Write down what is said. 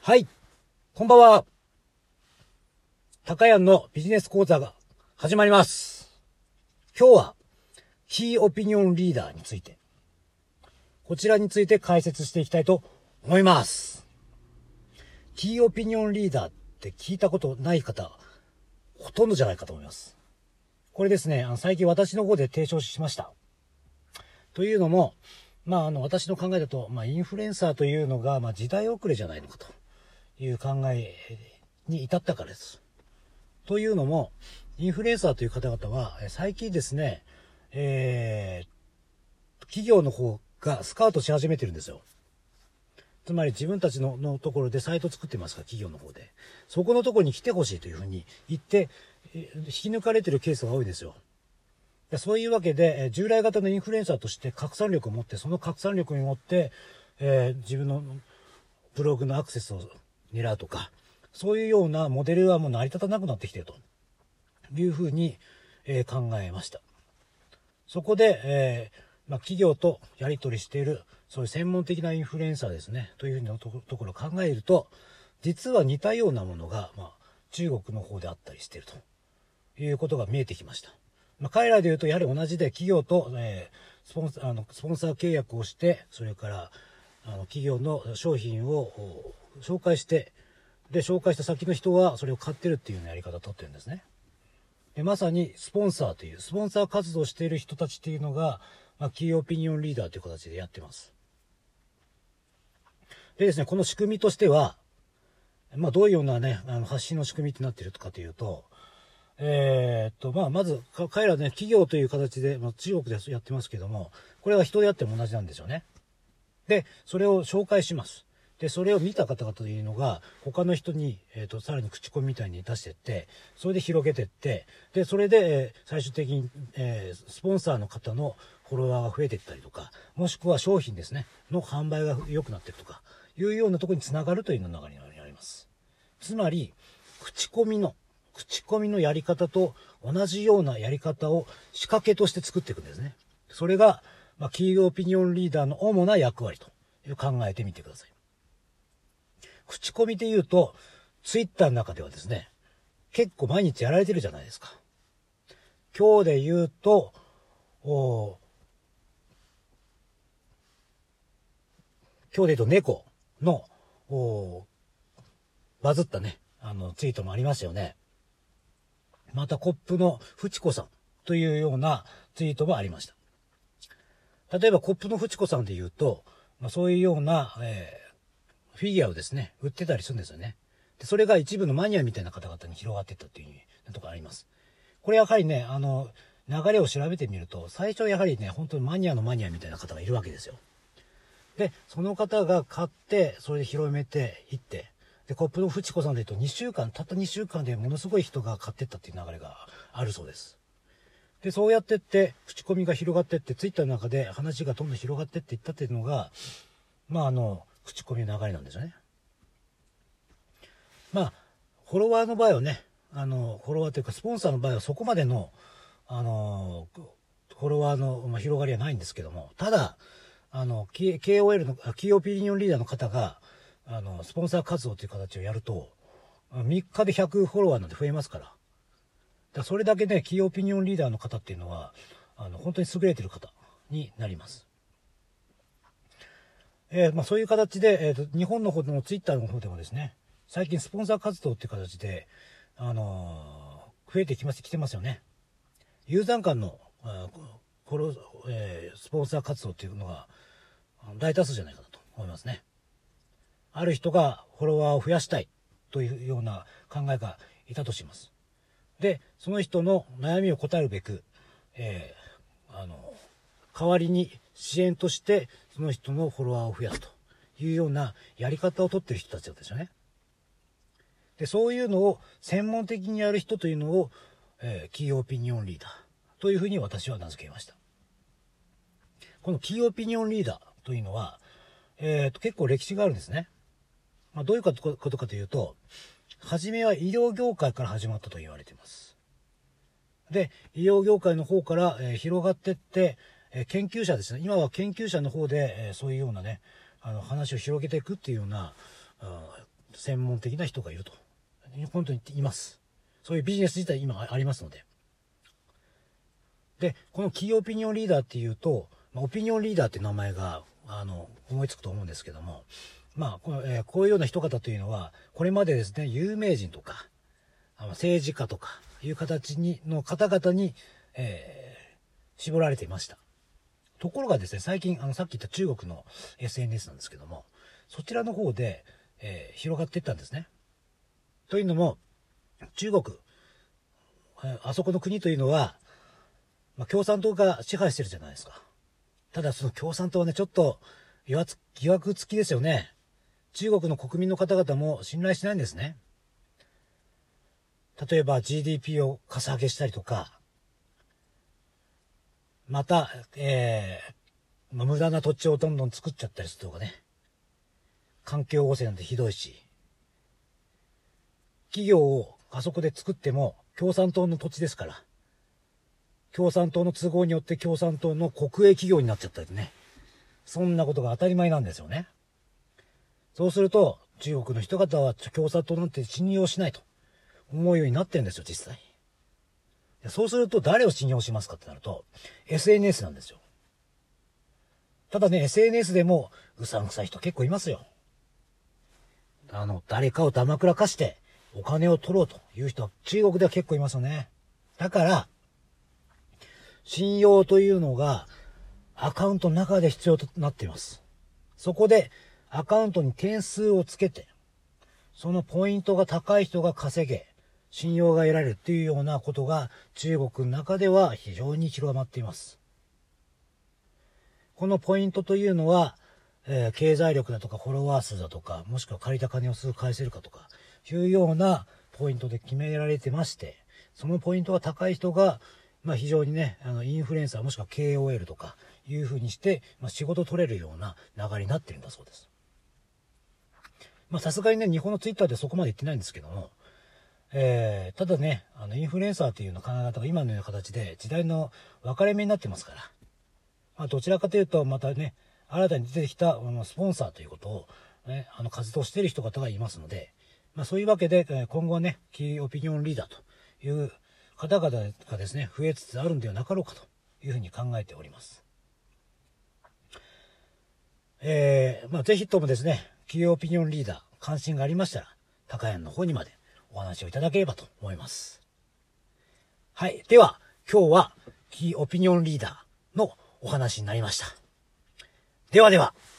はい、こんばんは。高谷のビジネス講座が始まります。今日は、キーオピニオンリーダーについて、こちらについて解説していきたいと思います。キーオピニオンリーダーって聞いたことない方、ほとんどじゃないかと思います。これですね、最近私の方で提唱しました。というのも、私の考えだと、インフルエンサーというのが、時代遅れじゃないのかという考えに至ったからです。というのも、インフルエンサーという方々は、最近ですね、企業の方がスカウトし始めてるんですよ。つまり自分たちのところでサイト作ってますから、企業の方で。そこのところに来てほしいというふうに言って、引き抜かれてるケースが多いですよ。そういうわけで、従来型のインフルエンサーとして拡散力を持って、その拡散力に持って、自分のブログのアクセスを狙うとか、そういうようなモデルはもう成り立たなくなってきているというふうに、考えました。そこで、企業とやり取りしている、そういう専門的なインフルエンサーですね、というふうなところを考えると、実は似たようなものが、中国の方であったりしているということが見えてきました。彼らでいうと、やはり同じで企業と、スポンサー契約をして、それから企業の商品を紹介して、で紹介した先の人はそれを買ってるっていうようなやり方をとってるんですね。でまさにスポンサーというスポンサー活動をしている人たちっていうのが、キーオピニオンリーダーという形でやってます。でですね、この仕組みとしては、どういうようなね発信の仕組みってなっているかというと、まず彼らね、企業という形で、中国でやってますけども、これは人でやっても同じなんですよね。でそれを紹介します。でそれを見た方々というのが他の人に、さらに口コミみたいに出していって、それで広げていって、でそれで、最終的に、スポンサーの方のフォロワーが増えていったりとか、もしくは商品ですねの販売が良くなっているとかいうようなところにつながるというのが流れになります。つまり口コミのやり方と同じようなやり方を仕掛けとして作っていくんですね。それが、キーオピニオンリーダーの主な役割という考えてみてください。口コミで言うと、ツイッターの中ではですね、結構毎日やられてるじゃないですか。今日で言うと、猫のバズったね、ツイートもありますよね。またコップのフチコさんというようなツイートもありました。例えばコップのフチコさんで言うと、そういうような、フィギュアをですね、売ってたりするんですよね。でそれが一部のマニアみたいな方々に広がっていったっていうところあります。これやはりね、流れを調べてみると、最初やはりね、本当にマニアのマニアみたいな方がいるわけですよ。で、その方が買って、それで広めていって、で、コップのフチコさんで言うとたった2週間でものすごい人が買ってったっていう流れがあるそうです。で、そうやってって、口コミが広がってって、ツイッターの中で話がどんどん広がってっていったっていうのが、口コミの流れなんですよね。フォロワーの場合はね、フォロワーというかスポンサーの場合はそこまでの、フォロワーの、広がりはないんですけども、ただ、KOL の、キーオピニオンリーダーの方が、スポンサー活動という形をやると、3日で100フォロワーなんて増えますから。それだけね、キーオピニオンリーダーの方っていうのは、本当に優れてる方になります。そういう形で、日本の方でもツイッターの方でもですね、最近スポンサー活動っていう形で、増えてきてますよね。ユーザー間のスポンサー活動っていうのが大多数じゃないかなと思いますね。ある人がフォロワーを増やしたいというような考えがいたとします。で、その人の悩みを答えるべく、代わりに支援としてその人のフォロワーを増やすというようなやり方をとっている人たちなんですよね。で、そういうのを専門的にやる人というのを、キーオピニオンリーダーというふうに私は名付けました。このキーオピニオンリーダーというのは、結構歴史があるんですね。どういうことかというと、初めは医療業界から始まったと言われています。で、医療業界の方から、広がっていって、研究者ですね。今は研究者の方で、そういうようなね、話を広げていくっていうような、 専門的な人がいると。本当にいます。そういうビジネス自体今ありますので。で、このキーオピニオンリーダーっていうと、オピニオンリーダーっていう名前が、思いつくと思うんですけども、こういうような人方というのは、これまでですね、有名人とか、政治家とかいう形の方々に、絞られていました。ところがですね、最近、さっき言った中国の SNS なんですけども、そちらの方で、広がっていったんですね。というのも、中国、あそこの国というのは、共産党が支配してるじゃないですか。ただその共産党はね、ちょっと疑惑付きですよね。中国の国民の方々も信頼しないんですね。例えば GDP をかさ上げしたりとか、また、無駄な土地をどんどん作っちゃったりするとかね。環境汚染なんてひどいし。企業をあそこで作っても共産党の土地ですから。共産党の都合によって共産党の国営企業になっちゃったりね。そんなことが当たり前なんですよね。そうすると、中国の人々は共産党なんて信用しないと思うようになってるんですよ、実際。そうすると誰を信用しますかってなると、SNS なんですよ。ただね、SNS でもうさんくさい人結構いますよ。誰かをだまくらかしてお金を取ろうという人は中国では結構いますよね。だから、信用というのがアカウントの中で必要となっています。そこでアカウントに点数をつけて、そのポイントが高い人が稼げ、信用が得られるっていうようなことが中国の中では非常に広まっています。このポイントというのは、経済力だとかフォロワー数だとか、もしくは借りた金をすぐ返せるかとか、いうようなポイントで決められてまして、そのポイントが高い人が、非常にね、インフルエンサーもしくは KOL とかいう風にして、仕事取れるような流れになってるんだそうです。さすがにね、日本のツイッターでそこまで言ってないんですけども、ただね、インフルエンサーというような考え方が今のような形で時代の分かれ目になってますから、どちらかというと、またね、新たに出てきたスポンサーということを、ね、活動している人方がいますので、そういうわけで、今後はね、キーオピニオンリーダーという方々がですね、増えつつあるんではなかろうかというふうに考えております。ぜひともですね、キーオピニオンリーダー、関心がありましたら、高谷の方にまでお話をいただければと思います。はい。では、今日はキーオピニオンリーダーのお話になりました。ではでは。